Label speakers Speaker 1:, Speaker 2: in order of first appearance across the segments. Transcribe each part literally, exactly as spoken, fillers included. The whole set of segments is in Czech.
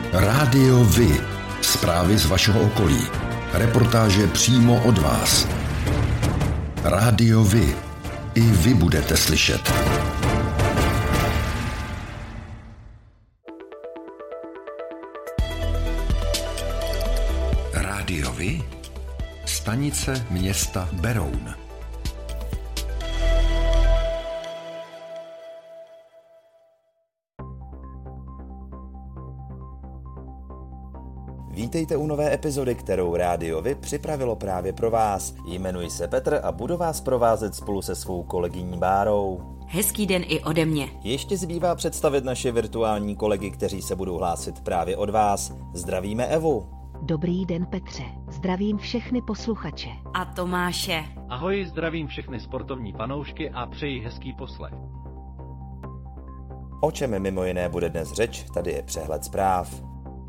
Speaker 1: Rádio Vy. Zprávy z vašeho okolí. Reportáže přímo od vás. Rádio Vy. I vy budete slyšet. Rádio Vy. Stanice města Beroun.
Speaker 2: Vítejte u nové epizody, kterou Rádio Vy připravilo právě pro vás. Jmenuji se Petr a budu vás provázet spolu se svou kolegyní Bárou.
Speaker 3: Hezký den i ode mě.
Speaker 2: Ještě zbývá představit naše virtuální kolegy, kteří se budou hlásit právě od vás. Zdravíme Evu.
Speaker 4: Dobrý den, Petře. Zdravím všechny posluchače.
Speaker 3: A Tomáše.
Speaker 5: Ahoj, zdravím všechny sportovní fanoušky a přeji hezký poslech.
Speaker 2: O čem mimo jiné bude dnes řeč, tady je přehled zpráv.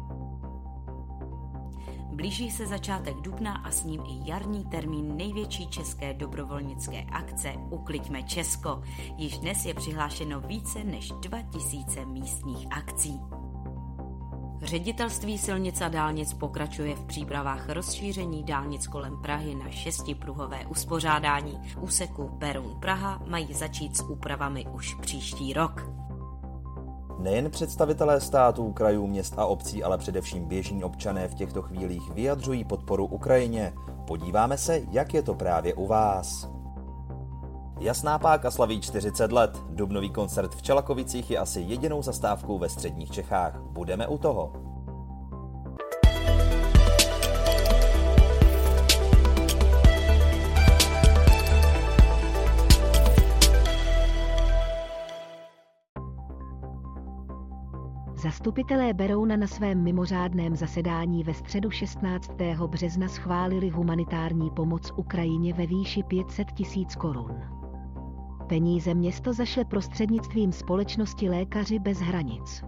Speaker 3: Blíží se začátek dubna a s ním i jarní termín největší české dobrovolnické akce Ukliďme Česko. Již dnes je přihlášeno více než dva tisíce místních akcí. Ředitelství silnic a dálnic pokračuje v přípravách rozšíření dálnic kolem Prahy na šestipruhové uspořádání. Úseku Beroun-Praha mají začít s úpravami už příští rok.
Speaker 2: Nejen představitelé států, krajů, měst a obcí, ale především běžní občané v těchto chvílích vyjadřují podporu Ukrajině. Podíváme se, jak je to právě u vás. Jasná Páka slaví čtyřicet let. Dubnový koncert v Čelakovicích je asi jedinou zastávkou ve středních Čechách. Budeme u toho.
Speaker 4: Zastupitelé Berouna na svém mimořádném zasedání ve středu šestnáctého března schválili humanitární pomoc Ukrajině ve výši pět set tisíc korun. Peníze město zašle prostřednictvím společnosti Lékaři bez hranic.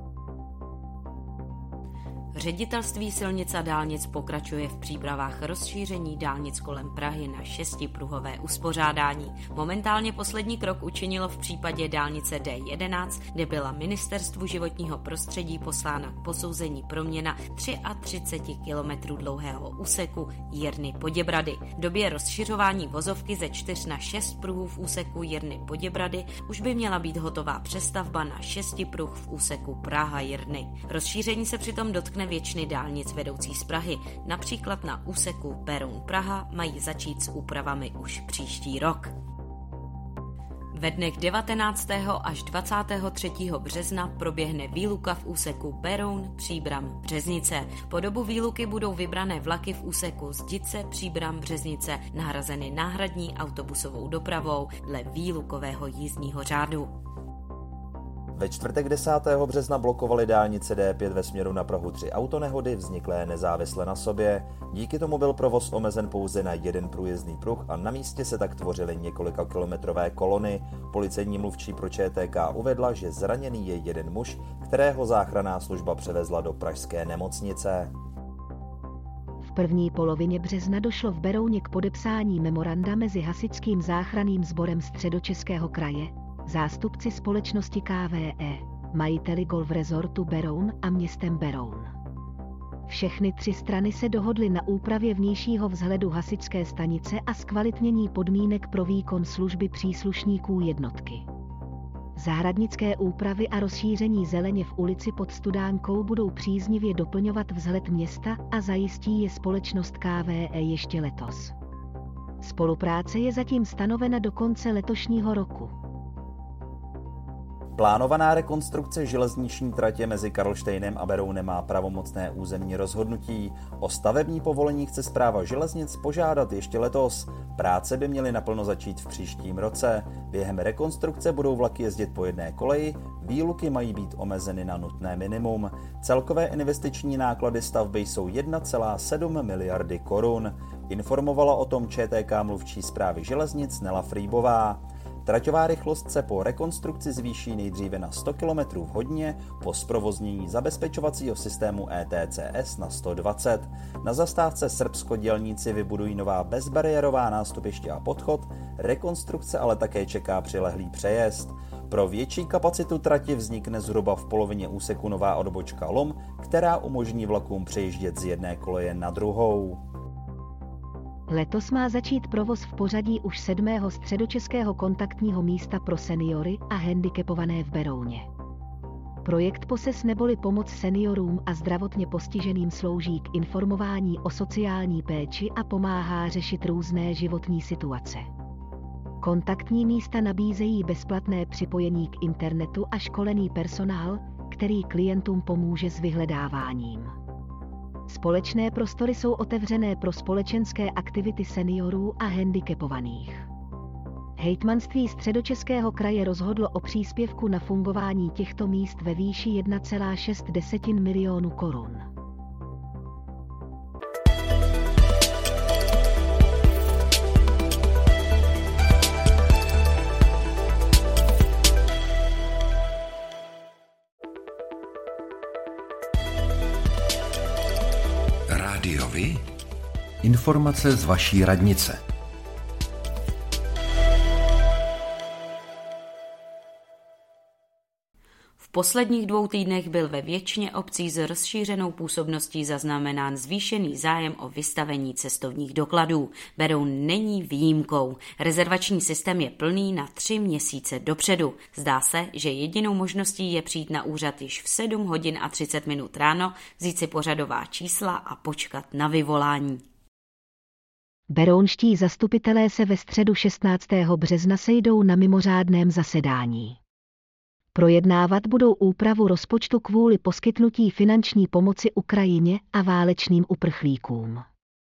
Speaker 3: Ředitelství silnic a dálnic pokračuje v přípravách rozšíření dálnic kolem Prahy na šestipruhové uspořádání. Momentálně poslední krok učinilo v případě dálnice D jedenáct, kde byla Ministerstvu životního prostředí poslána k posouzení proměna třicet tři kilometrů dlouhého úseku Jirny-Poděbrady. V době rozšiřování vozovky ze čtyř na šest pruhů v úseku Jirny-Poděbrady už by měla být hotová přestavba na šestipruh v úseku Praha-Jirny. Rozšíření se přitom dotkne většiny dálnic vedoucí z Prahy, například na úseku Beroun-Praha mají začít s úpravami už příští rok. Ve dnech devatenáctého až dvacátého třetího března proběhne výluka v úseku Beroun, Příbram, Březnice. Po dobu výluky budou vybrané vlaky v úseku Zdice, Příbram, Březnice nahrazeny náhradní autobusovou dopravou dle výlukového jízdního řádu.
Speaker 2: Ve čtvrtek desátého března blokovaly dálnice D pět ve směru na Prahu tři autonehody vzniklé nezávisle na sobě. Díky tomu byl provoz omezen pouze na jeden průjezdný pruh a na místě se tak tvořily několika kilometrové kolony. Policejní mluvčí pro Č T K uvedla, že zraněný je jeden muž, kterého záchranná služba převezla do pražské nemocnice.
Speaker 4: V první polovině března došlo v Berouně k podepsání memoranda mezi Hasičským záchranným sborem Středočeského kraje, zástupci společnosti K V E, majiteli Golf Resortu Beroun a městem Beroun. Všechny tři strany se dohodly na úpravě vnějšího vzhledu hasičské stanice a zkvalitnění podmínek pro výkon služby příslušníků jednotky. Zahradnické úpravy a rozšíření zeleně v ulici pod Studánkou budou příznivě doplňovat vzhled města a zajistí je společnost K V E ještě letos. Spolupráce je zatím stanovena do konce letošního roku.
Speaker 2: Plánovaná rekonstrukce železniční tratě mezi Karlštejnem a Berounem má pravomocné územní rozhodnutí. O stavební povolení chce Správa železnic požádat ještě letos. Práce by měly naplno začít v příštím roce. Během rekonstrukce budou vlaky jezdit po jedné koleji, výluky mají být omezeny na nutné minimum. Celkové investiční náklady stavby jsou jedna celá sedm miliardy korun. Informovala o tom Č T K mluvčí Správy železnic Nela Frýbová. Traťová rychlost se po rekonstrukci zvýší nejdříve na sto kilometrů v hodině, po zprovoznění zabezpečovacího systému E T C S na sto dvacet. Na zastávce Srbsko dělníci vybudují nová bezbariérová nástupiště a podchod, rekonstrukce ale také čeká přilehlý přejezd. Pro větší kapacitu trati vznikne zhruba v polovině úseku nová odbočka Lom, která umožní vlakům přejíždět z jedné koleje na druhou.
Speaker 4: Letos má začít provoz v pořadí už sedmého středočeského kontaktního místa pro seniory a handicapované v Berouně. Projekt POSES neboli Pomoc seniorům a zdravotně postiženým slouží k informování o sociální péči a pomáhá řešit různé životní situace. Kontaktní místa nabízejí bezplatné připojení k internetu a školený personál, který klientům pomůže s vyhledáváním. Společné prostory jsou otevřené pro společenské aktivity seniorů a handicapovaných. Hejtmanství Středočeského kraje rozhodlo o příspěvku na fungování těchto míst ve výši jedna celá šest milionu korun.
Speaker 1: Rádio Vy? Informace z vaší radnice.
Speaker 3: V posledních dvou týdnech byl ve většině obcí s rozšířenou působností zaznamenán zvýšený zájem o vystavení cestovních dokladů. Beroun není výjimkou. Rezervační systém je plný na tři měsíce dopředu. Zdá se, že jedinou možností je přijít na úřad již v sedm hodin a třicet minut ráno, vzít si pořadová čísla a počkat na vyvolání.
Speaker 4: Berounští zastupitelé se ve středu šestnáctého března sejdou na mimořádném zasedání. Projednávat budou úpravu rozpočtu kvůli poskytnutí finanční pomoci Ukrajině a válečným uprchlíkům.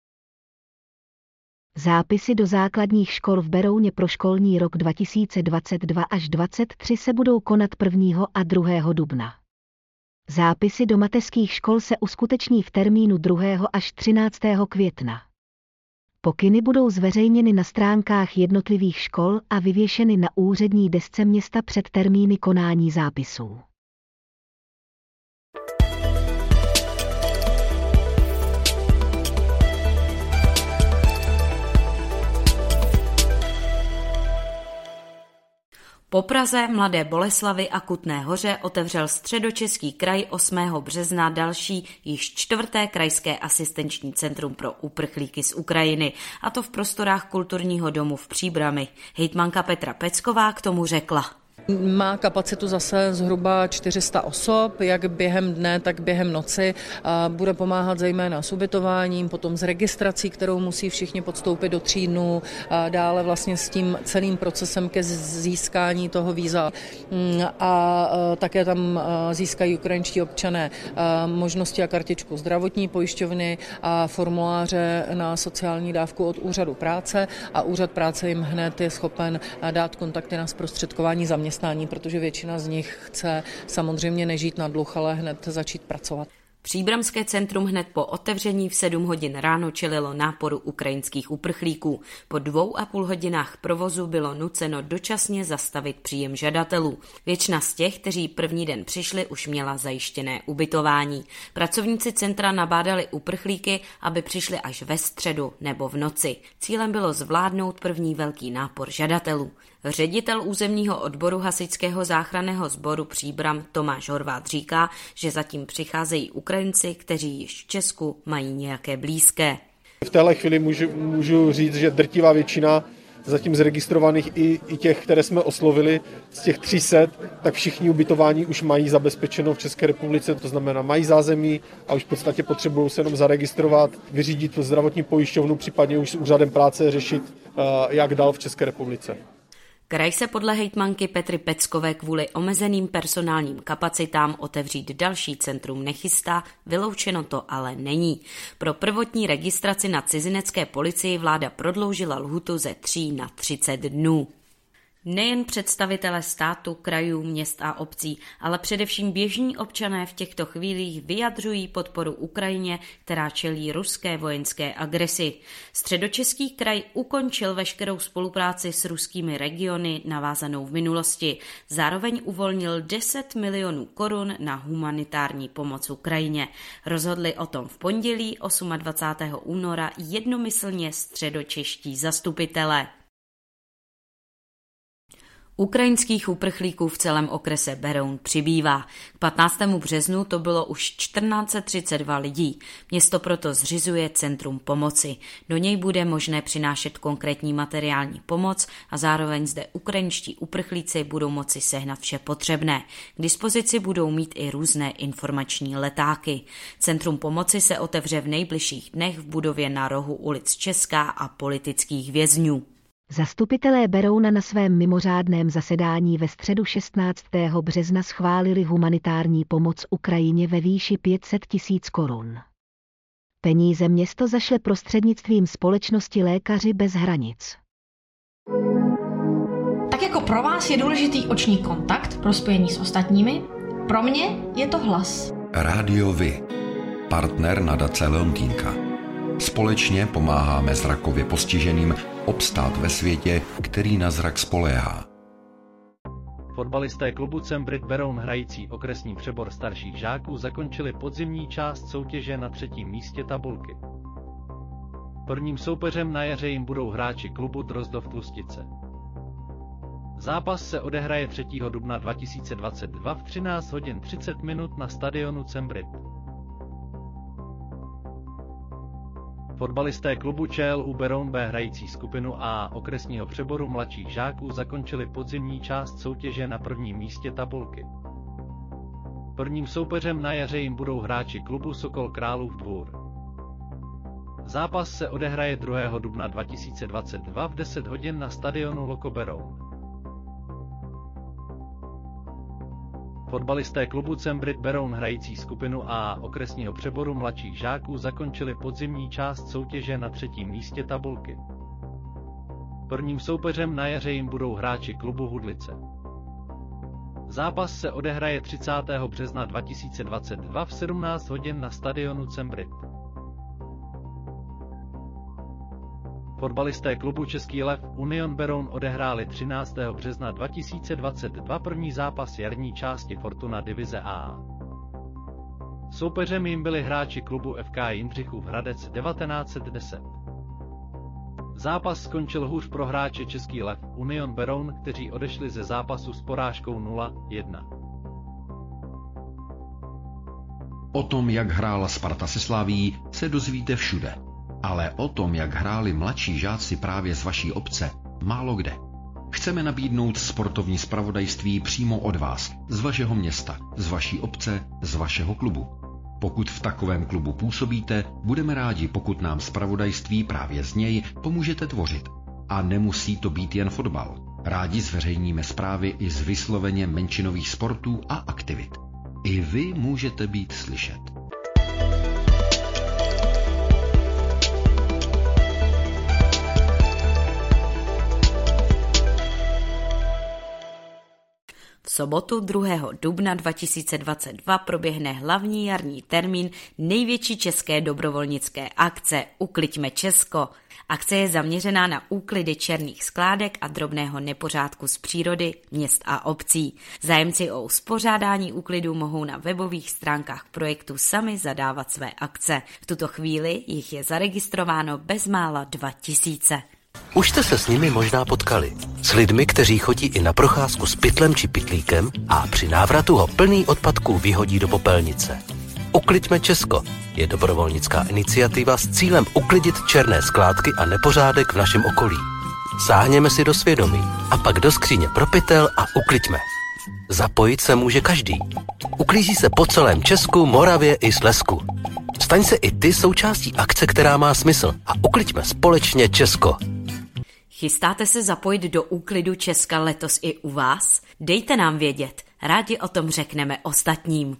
Speaker 4: Zápisy do základních škol v Berouně pro školní rok dva tisíce dvacet dva až dvacet tři se budou konat prvního a druhého dubna. Zápisy do mateřských škol se uskuteční v termínu druhého až třináctého května. Pokyny budou zveřejněny na stránkách jednotlivých škol a vyvěšeny na úřední desce města před termíny konání zápisů.
Speaker 3: Po Praze, Mladé Boleslavi a Kutné Hoře otevřel Středočeský kraj osmého března další, již čtvrté krajské asistenční centrum pro uprchlíky z Ukrajiny, a to v prostorách kulturního domu v Příbrami. Hejtmanka Petra Pecková k tomu řekla.
Speaker 6: Má kapacitu zase zhruba čtyři sta osob, jak během dne, tak během noci. Bude pomáhat zejména s ubytováním, potom s registrací, kterou musí všichni podstoupit do tří dnů, dále vlastně s tím celým procesem ke získání toho víza. A také tam získají ukrajinští občané možnosti a kartičku zdravotní pojišťovny a formuláře na sociální dávku od úřadu práce, a úřad práce jim hned je schopen dát kontakty na zprostředkování zaměstnání, protože většina z nich chce samozřejmě nežít na dluh, ale hned začít pracovat.
Speaker 3: Příbramské centrum hned po otevření v sedm hodin ráno čelilo náporu ukrajinských uprchlíků. Po dvou a půl hodinách provozu bylo nuceno dočasně zastavit příjem žadatelů. Většina z těch, kteří první den přišli, už měla zajištěné ubytování. Pracovníci centra nabádali uprchlíky, aby přišli až ve středu nebo v noci. Cílem bylo zvládnout první velký nápor žadatelů. Ředitel územního odboru hasičského záchranného sboru Příbram Tomáš Horváth říká, že zatím přicházejí Ukrajinci, kteří již v Česku mají nějaké blízké.
Speaker 7: V téhle chvíli můžu, můžu říct, že drtivá většina zatím zregistrovaných i, i těch, které jsme oslovili, z těch tří set, tak všichni ubytování už mají zabezpečeno v České republice, to znamená mají zázemí a už v podstatě potřebují se jenom zaregistrovat, vyřídit zdravotní pojišťovnu, případně už s úřadem práce řešit, jak dál v České republice.
Speaker 3: Kraj se podle hejtmanky Petry Peckové kvůli omezeným personálním kapacitám otevřít další centrum nechystá, vyloučeno to ale není. Pro prvotní registraci na cizinecké policii vláda prodloužila lhůtu ze tří na třicet dnů. Nejen představitelé státu, krajů, měst a obcí, ale především běžní občané v těchto chvílích vyjadřují podporu Ukrajině, která čelí ruské vojenské agresi. Středočeský kraj ukončil veškerou spolupráci s ruskými regiony navázanou v minulosti. Zároveň uvolnil deset milionů korun na humanitární pomoc Ukrajině. Rozhodli o tom v pondělí dvacátého osmého února jednomyslně středočeští zastupitelé. Ukrajinských uprchlíků v celém okrese Beroun přibývá. K patnáctému březnu to bylo už čtrnáct set třicet dva lidí. Město proto zřizuje Centrum pomoci. Do něj bude možné přinášet konkrétní materiální pomoc a zároveň zde ukrajinští uprchlíci budou moci sehnat vše potřebné. K dispozici budou mít i různé informační letáky. Centrum pomoci se otevře v nejbližších dnech v budově na rohu ulic Česká a Politických vězňů.
Speaker 4: Zastupitelé Berouna na svém mimořádném zasedání ve středu šestnáctého března schválili humanitární pomoc Ukrajině ve výši pět set tisíc korun. Peníze město zašle prostřednictvím společnosti Lékaři bez hranic.
Speaker 8: Tak jako pro vás je důležitý oční kontakt pro spojení s ostatními, pro mě je to hlas.
Speaker 1: Rádio Vy, partner nadace Leontýnka. Společně pomáháme zrakově postiženým obstát ve světě, který na zrak spoléhá.
Speaker 5: Fotbalisté klubu Cembrit Beroun hrající okresní přebor starších žáků zakončili podzimní část soutěže na třetím místě tabulky. Prvním soupeřem na jaře jim budou hráči klubu Drozdov Tlustice. Zápas se odehraje třetího dubna dva tisíce dvacet dva v třináct hodin třicet minut na stadionu Cembrit. Fotbalisté klubu ČLU Beroun B hrající skupinu A okresního přeboru mladších žáků zakončili podzimní část soutěže na prvním místě tabulky. Prvním soupeřem na jaře jim budou hráči klubu Sokol Králův Dvůr. Zápas se odehraje druhého dubna dva tisíce dvacet dva v deset hodin na stadionu Loko Beroun. Fotbalisté klubu Cembrit Beroun hrající skupinu A okresního přeboru mladších žáků zakončili podzimní část soutěže na třetím místě tabulky. Prvním soupeřem na jaře jim budou hráči klubu Hudlice. Zápas se odehraje třicátého března dva tisíce dvacet dva v sedmnáct hodin na stadionu Cembrit. Fotbalisté klubu Český lev Union Beroun odehráli třináctého března dva tisíce dvacet dva první zápas jarní části Fortuna divize A. Soupeřem jim byli hráči klubu F K Jindřichův Hradec devatenáct set deset. Zápas skončil hůř pro hráče Český lev Union Beroun, kteří odešli ze zápasu s porážkou nula jedna.
Speaker 1: O tom, jak hrála Sparta se Slavií, se dozvíte všude. Ale o tom, jak hráli mladší žáci právě z vaší obce, málo kde. Chceme nabídnout sportovní zpravodajství přímo od vás, z vašeho města, z vaší obce, z vašeho klubu. Pokud v takovém klubu působíte, budeme rádi, pokud nám zpravodajství právě z něj pomůžete tvořit. A nemusí to být jen fotbal. Rádi zveřejníme zprávy i z vysloveně menšinových sportů a aktivit. I vy můžete být slyšet.
Speaker 3: V sobotu druhého dubna dva tisíce dvacet dva proběhne hlavní jarní termín největší české dobrovolnické akce Ukliďme Česko. Akce je zaměřená na úklidy černých skládek a drobného nepořádku z přírody, měst a obcí. Zájemci o uspořádání úklidu mohou na webových stránkách projektu sami zadávat své akce. V tuto chvíli jich je zaregistrováno bezmála dva tisíce.
Speaker 9: Už jste se s nimi možná potkali. S lidmi, kteří chodí i na procházku s pytlem či pytlíkem a při návratu ho plný odpadků vyhodí do popelnice. Ukliďme Česko je dobrovolnická iniciativa s cílem uklidit černé skládky a nepořádek v našem okolí. Sáhněme si do svědomí a pak do skříně pro pytel a ukliďme. Zapojit se může každý. Uklízí se po celém Česku, Moravě i Slezsku. Staň se i ty součástí akce, která má smysl, a ukliďme společně Česko.
Speaker 3: Chystáte se zapojit do úklidu Česka letos i u vás? Dejte nám vědět, rádi o tom řekneme ostatním.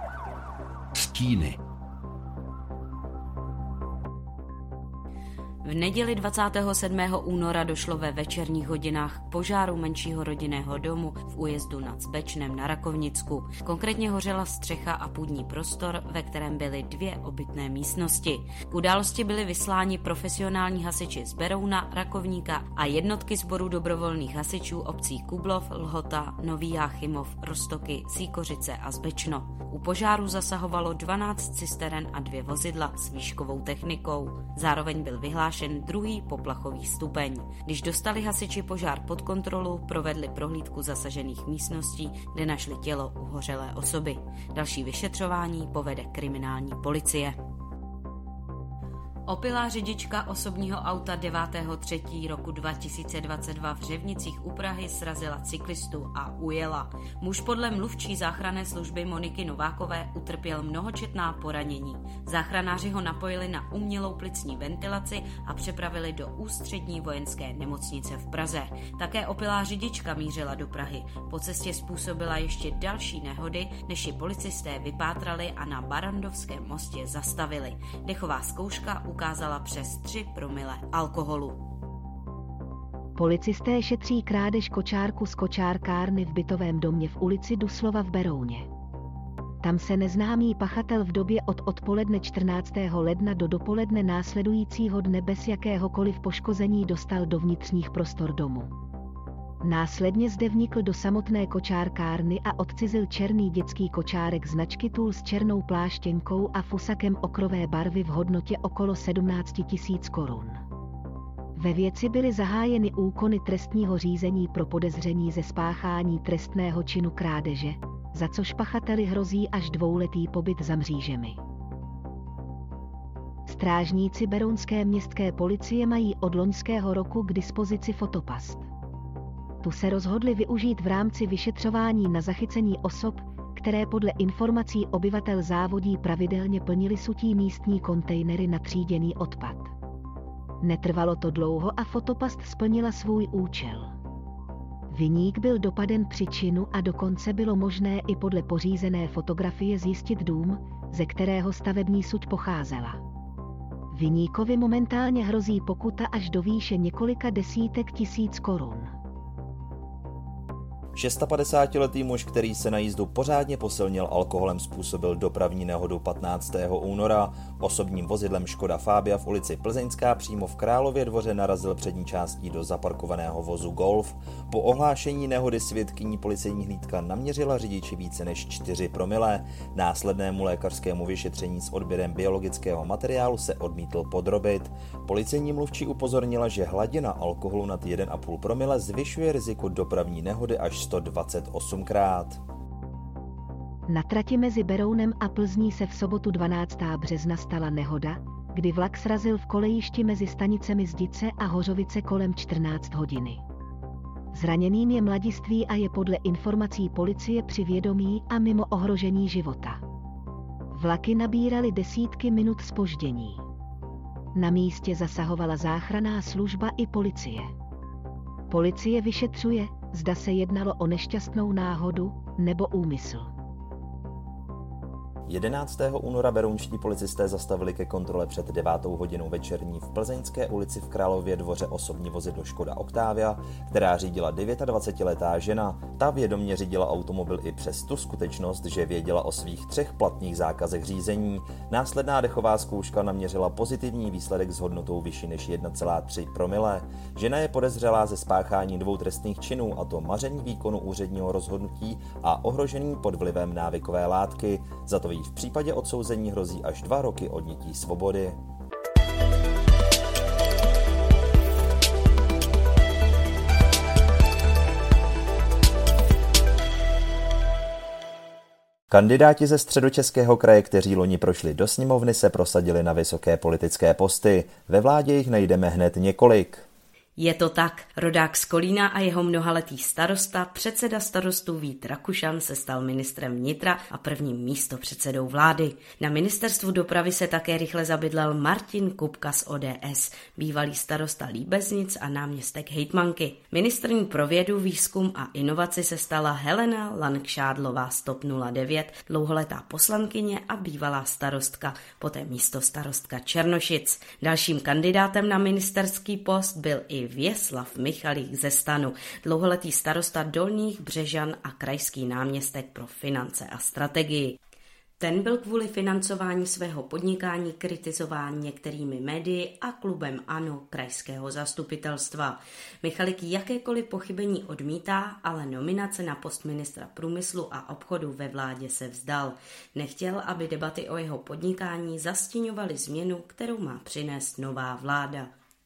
Speaker 1: Stíny.
Speaker 3: V neděli dvacátého sedmého února došlo ve večerních hodinách k požáru menšího rodinného domu v újezdu nad Zbečnem na Rakovnicku. Konkrétně hořela střecha a půdní prostor, ve kterém byly dvě obytné místnosti. K události byli vysláni profesionální hasiči z Berouna, Rakovníka a jednotky sboru dobrovolných hasičů obcí Kublov, Lhota, Nový Jáchymov, Roztoky, Sýkořice a Zbečno. U požáru zasahovalo dvanáct cisteren a dvě vozidla s výškovou technikou. Zároveň byl vyhlášen druhý poplachový stupeň. Když dostali hasiči požár pod kontrolu, provedli prohlídku zasažených místností, kde našli tělo uhořelé osoby. Další vyšetřování povede kriminální policie. Opilá řidička osobního auta devátého třetího roku dva tisíce dvacet dva v Řevnicích u Prahy srazila cyklistu a ujela. Muž podle mluvčí záchranné služby Moniky Novákové utrpěl mnohočetná poranění. Záchranáři ho napojili na umělou plicní ventilaci a přepravili do ústřední vojenské nemocnice v Praze. Také opilá řidička mířila do Prahy. Po cestě způsobila ještě další nehody, než ji policisté vypátrali a na Barandovském mostě zastavili. Dechová zkouška ukázala přes tři promile alkoholu.
Speaker 4: Policisté šetří krádež kočárku z kočárkárny v bytovém domě v ulici Duslova v Berouně. Tam se neznámý pachatel v době od odpoledne čtrnáctého ledna do dopoledne následujícího dne bez jakéhokoliv poškození dostal do vnitřních prostor domu. Následně zde vnikl do samotné kočárkárny a odcizil černý dětský kočárek značky Tool s černou pláštěnkou a fusakem okrové barvy v hodnotě okolo sedmnáct tisíc korun. Ve věci byly zahájeny úkony trestního řízení pro podezření ze spáchání trestného činu krádeže, za což pachateli hrozí až dvouletý pobyt za mřížemi. Strážníci berounské městské policie mají od loňského roku k dispozici fotopast. Tu se rozhodli využít v rámci vyšetřování na zachycení osob, které podle informací obyvatel závodí pravidelně plnili sutí místní kontejnery na tříděný odpad. Netrvalo to dlouho a fotopast splnila svůj účel. Viník byl dopaden při činu a dokonce bylo možné i podle pořízené fotografie zjistit dům, ze kterého stavební suť pocházela. Viníkovi momentálně hrozí pokuta až do výše několika desítek tisíc korun.
Speaker 2: šedesátiletý muž, který se na jízdu pořádně posilnil alkoholem, způsobil dopravní nehodu patnáctého února. Osobním vozidlem Škoda Fabia v ulici Plzeňská přímo v Králově dvoře narazil přední částí do zaparkovaného vozu Golf. Po ohlášení nehody svědkyní policejní hlídka naměřila řidiči více než čtyři promile. Následnému lékařskému vyšetření s odběrem biologického materiálu se odmítl podrobit. Policejní mluvčí upozornila, že hladina alkoholu nad jedna celá pět promile zvyšuje riziko dopravní nehody až sto dvacet osmkrát.
Speaker 4: Na trati mezi Berounem a Plzní se v sobotu dvanáctého března stala nehoda, kdy vlak srazil v kolejišti mezi stanicemi Zdice a Hořovice kolem čtrnáct hodiny. Zraněným je mladistvý a je podle informací policie při vědomí a mimo ohrožení života. Vlaky nabíraly desítky minut zpoždění. Na místě zasahovala záchranná služba i policie. Policie vyšetřuje, zda se jednalo o nešťastnou náhodu nebo úmysl.
Speaker 2: jedenáctého února berounští policisté zastavili ke kontrole před devátou hodinou večerní v Plzeňské ulici v Králově dvoře osobní vozidlo Škoda Octavia, která řídila dvacetidevětiletá žena. Ta vědomě řídila automobil i přes tu skutečnost, že věděla o svých třech platných zákazech řízení. Následná dechová zkouška naměřila pozitivní výsledek s hodnotou vyšší než jedna celá tři promile. Žena je podezřelá ze spáchání dvou trestných činů, a to maření výkonu úředního rozhodnutí a ohrožení pod vlivem návykové látky. Za to jí v případě odsouzení hrozí až dva roky odnětí svobody. Kandidáti ze Středočeského kraje, kteří loni prošli do sněmovny, se prosadili na vysoké politické posty. Ve vládě jich najdeme hned několik.
Speaker 3: Je to tak. Rodák z Kolína a jeho mnohaletý starosta, předseda starostů Vít Rakušan, se stal ministrem vnitra a prvním místopředsedou vlády. Na ministerstvu dopravy se také rychle zabydlel Martin Kupka z O D S, bývalý starosta Líbeznic a náměstek hejtmanky. Ministryní pro vědu, výzkum a inovaci se stala Helena Langšádlová z TOP nula devět, dlouholetá poslankyně a bývalá starostka, poté místostarostka Černošic. Dalším kandidátem na ministerský post byl i Věslav Michalík ze STANu, dlouholetý starosta Dolních Břežan a krajský náměstek pro finance a strategii. Ten byl kvůli financování svého podnikání kritizován některými médii a klubem ANO krajského zastupitelstva. Michalík jakékoliv pochybení odmítá, ale nominace na post ministra průmyslu a obchodu ve vládě se vzdal. Nechtěl, aby debaty o jeho podnikání zastíňovaly změnu, kterou má přinést nová vláda.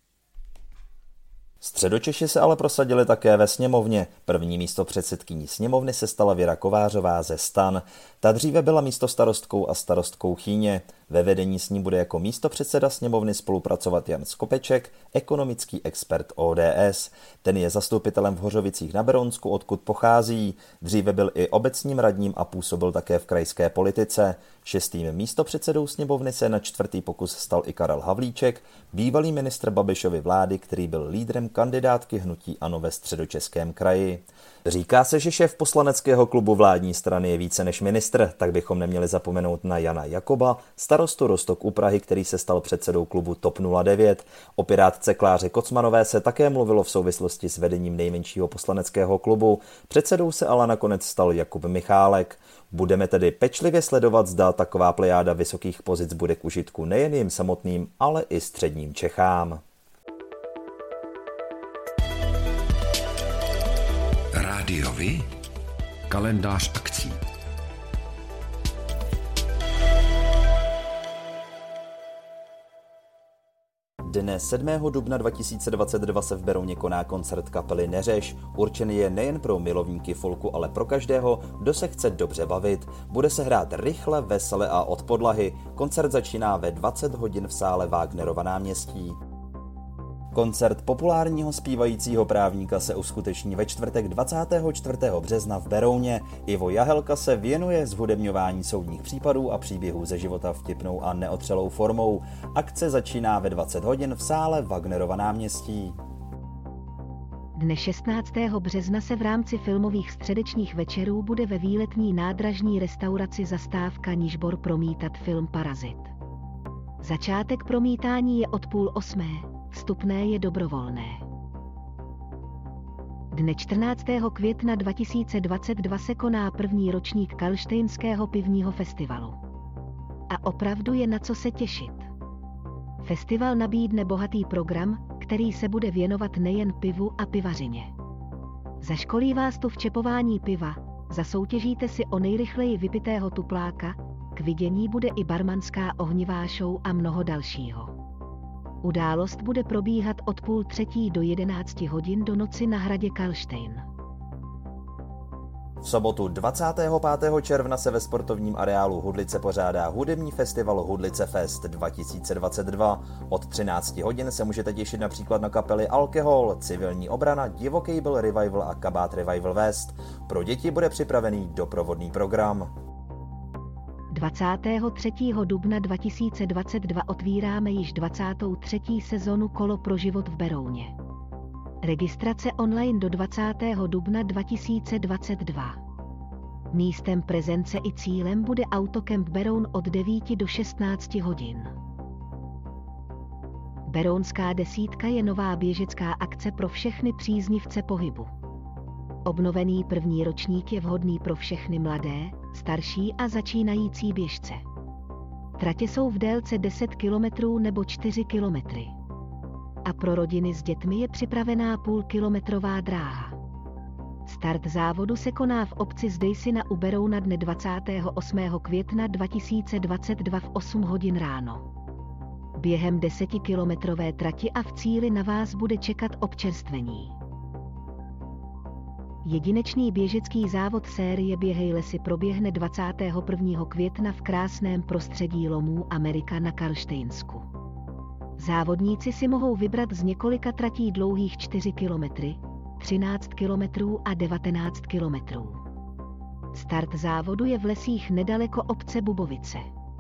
Speaker 2: Středočeši se ale prosadili také ve sněmovně. První místo předsedkyní sněmovny se stala Věra Kovářová ze STAN. Ta dříve byla místostarostkou a starostkou Chýně. Ve vedení s ní bude jako místopředseda sněmovny spolupracovat Jan Skopeček, ekonomický expert O D S. Ten je zastupitelem v Hořovicích na Berounsku, odkud pochází. Dříve byl i obecním radním a působil také v krajské politice. Šestým místopředsedou sněmovny se na čtvrtý pokus stal i Karel Havlíček, bývalý ministr Babišovy vlády, který byl lídrem kandidátky hnutí ANO ve Středočeském kraji. Říká se, že šéf poslaneckého klubu vládní strany je více než ministr, tak bychom neměli zapomenout na Jana Jakoba, starostu Roztok u Prahy, který se stal předsedou klubu TOP nula devět. O pirátce Kláře Kocmanové se také mluvilo v souvislosti s vedením nejmenšího poslaneckého klubu. Předsedou se ale nakonec stal Jakub Michálek. Budeme tedy pečlivě sledovat, zda taková plejáda vysokých pozic bude k užitku nejen jim samotným, ale i středním Čechám.
Speaker 1: Rádiovi? Kalendář akcí.
Speaker 2: Dne sedmého dubna dva tisíce dvacet dva se v Berouně koná koncert kapely Neřeš. Určený je nejen pro milovníky folku, ale pro každého, kdo se chce dobře bavit. Bude se hrát rychle, vesele a od podlahy. Koncert začíná ve dvacet hodin v sále Wagnerova náměstí. Koncert populárního zpívajícího právníka se uskuteční ve čtvrtek dvacátého čtvrtého března v Berouně. Ivo Jahelka se věnuje zhudebňování soudních případů a příběhů ze života vtipnou a neotřelou formou. Akce začíná ve dvacet hodin v sále Wagnerova náměstí.
Speaker 4: Dne šestnáctého března se v rámci filmových středečních večerů bude ve výletní nádražní restauraci Zastávka Nižbor promítat film Parazit. Začátek promítání je od půl osmé. Vstupné je dobrovolné. Dne čtrnáctého května dva tisíce dvacet dva se koná první ročník Karlštejnského pivního festivalu. A opravdu je na co se těšit. Festival nabídne bohatý program, který se bude věnovat nejen pivu a pivařině. Zaškolí vás tu v čepování piva, zasoutěžíte si o nejrychleji vypitého tupláka, k vidění bude i barmanská ohnivá show a mnoho dalšího. Událost bude probíhat od půl třetí do jedenácti hodin do noci na hradě Karlštejn.
Speaker 2: V sobotu dvacátého pátého června se ve sportovním areálu Hudlice pořádá hudební festival Hudlice Fest dva tisíce dvacet dva. Od třinácti hodin se můžete těšit například na kapely Alkohol, Civilní obrana, Divokejbl Revival a Kabát Revival West. Pro děti bude připravený doprovodný program.
Speaker 4: dvacátého třetího dubna dva tisíce dvacet dva otvíráme již dvacátou třetí sezonu Kolo pro život v Berouně. Registrace online do dvacátého dubna dva tisíce dvacet dva. Místem prezence i cílem bude Autokemp Beroun od devíti do šestnácti hodin. Berounská desítka je nová běžecká akce pro všechny příznivce pohybu. Obnovený první ročník je vhodný pro všechny mladé, starší a začínající běžce. Tratě jsou v délce deset kilometrů nebo čtyři kilometry. A pro rodiny s dětmi je připravená půlkilometrová dráha. Start závodu se koná v obci Zdejsina u Berouna dne dvacátého osmého května dva tisíce dvacet dva v osm hodin ráno. Během desetikilometrové trati a v cíli na vás bude čekat občerstvení. Jedinečný běžecký závod série Běhej lesy proběhne dvacátého prvního května v krásném prostředí lomů Amerika na Karlštejnsku. Závodníci si mohou vybrat z několika tratí dlouhých čtyři kilometry, třináct kilometrů a devatenáct kilometrů. Start závodu je v lesích nedaleko obce Bubovice.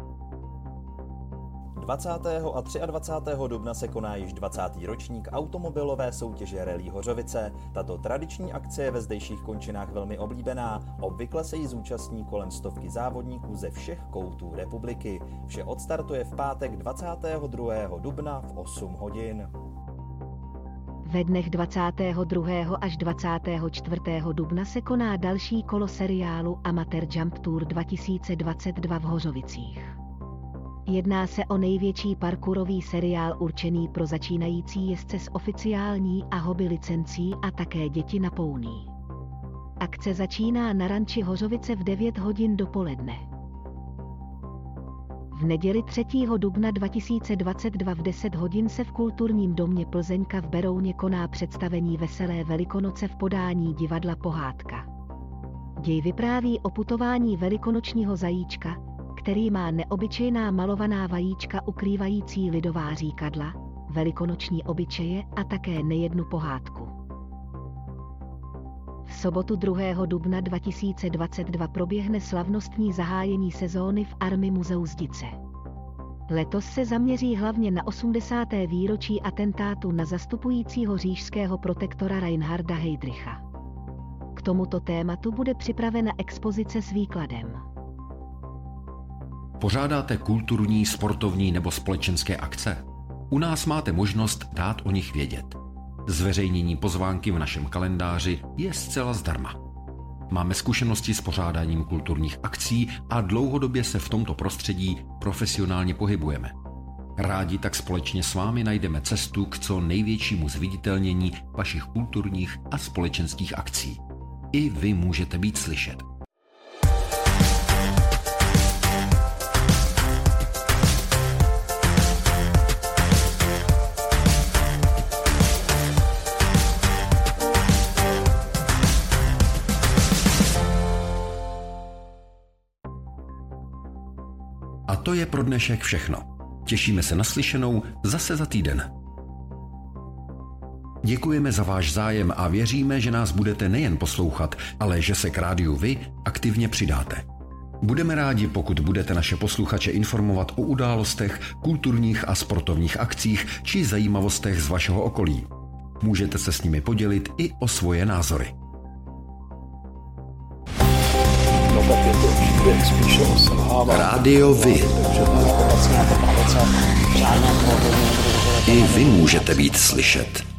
Speaker 2: dvacátého a dvacátého třetího dubna se koná již dvacátý ročník automobilové soutěže Rallye Hořovice. Tato tradiční akce je ve zdejších končinách velmi oblíbená. Obvykle se jí zúčastní kolem stovky závodníků ze všech koutů republiky. Vše odstartuje v pátek dvacátého druhého dubna v osm hodin.
Speaker 4: Ve dnech dvacátého druhého až dvacátého čtvrtého dubna se koná další kolo seriálu Amateur Jump Tour dva tisíce dvacet dva v Hořovicích. Jedná se o největší parkourový seriál určený pro začínající jezdce s oficiální a hobby licencí a také děti na pouní. Akce začíná na ranči Hořovice v devět hodin dopoledne. V neděli třetího dubna dva tisíce dvacet dva v deset hodin se v kulturním domě Plzeňka v Berouně koná představení Veselé Velikonoce v podání divadla Pohádka. Děj vypráví o putování velikonočního zajíčka, který má neobyčejná malovaná vajíčka ukrývající lidová říkadla, velikonoční obyčeje a také nejednu pohádku. V sobotu druhého dubna dva tisíce dvacet dva proběhne slavnostní zahájení sezóny v Army muzeu Zdice. Letos se zaměří hlavně na osmdesáté výročí atentátu na zastupujícího říšského protektora Reinharda Heydricha. K tomuto tématu bude připravena expozice s výkladem.
Speaker 1: Pořádáte kulturní, sportovní nebo společenské akce? U nás máte možnost dát o nich vědět. Zveřejnění pozvánky v našem kalendáři je zcela zdarma. Máme zkušenosti s pořádáním kulturních akcí a dlouhodobě se v tomto prostředí profesionálně pohybujeme. Rádi tak společně s vámi najdeme cestu k co největšímu zviditelnění vašich kulturních a společenských akcí. I vy můžete být slyšet. A to je pro dnešek všechno. Těšíme se na slyšenou zase za týden. Děkujeme za váš zájem a věříme, že nás budete nejen poslouchat, ale že se k rádiu vy aktivně přidáte. Budeme rádi, pokud budete naše posluchače informovat o událostech, kulturních a sportovních akcích či zajímavostech z vašeho okolí. Můžete se s nimi podělit i o svoje názory. Rádio Vy. I vy můžete být slyšet.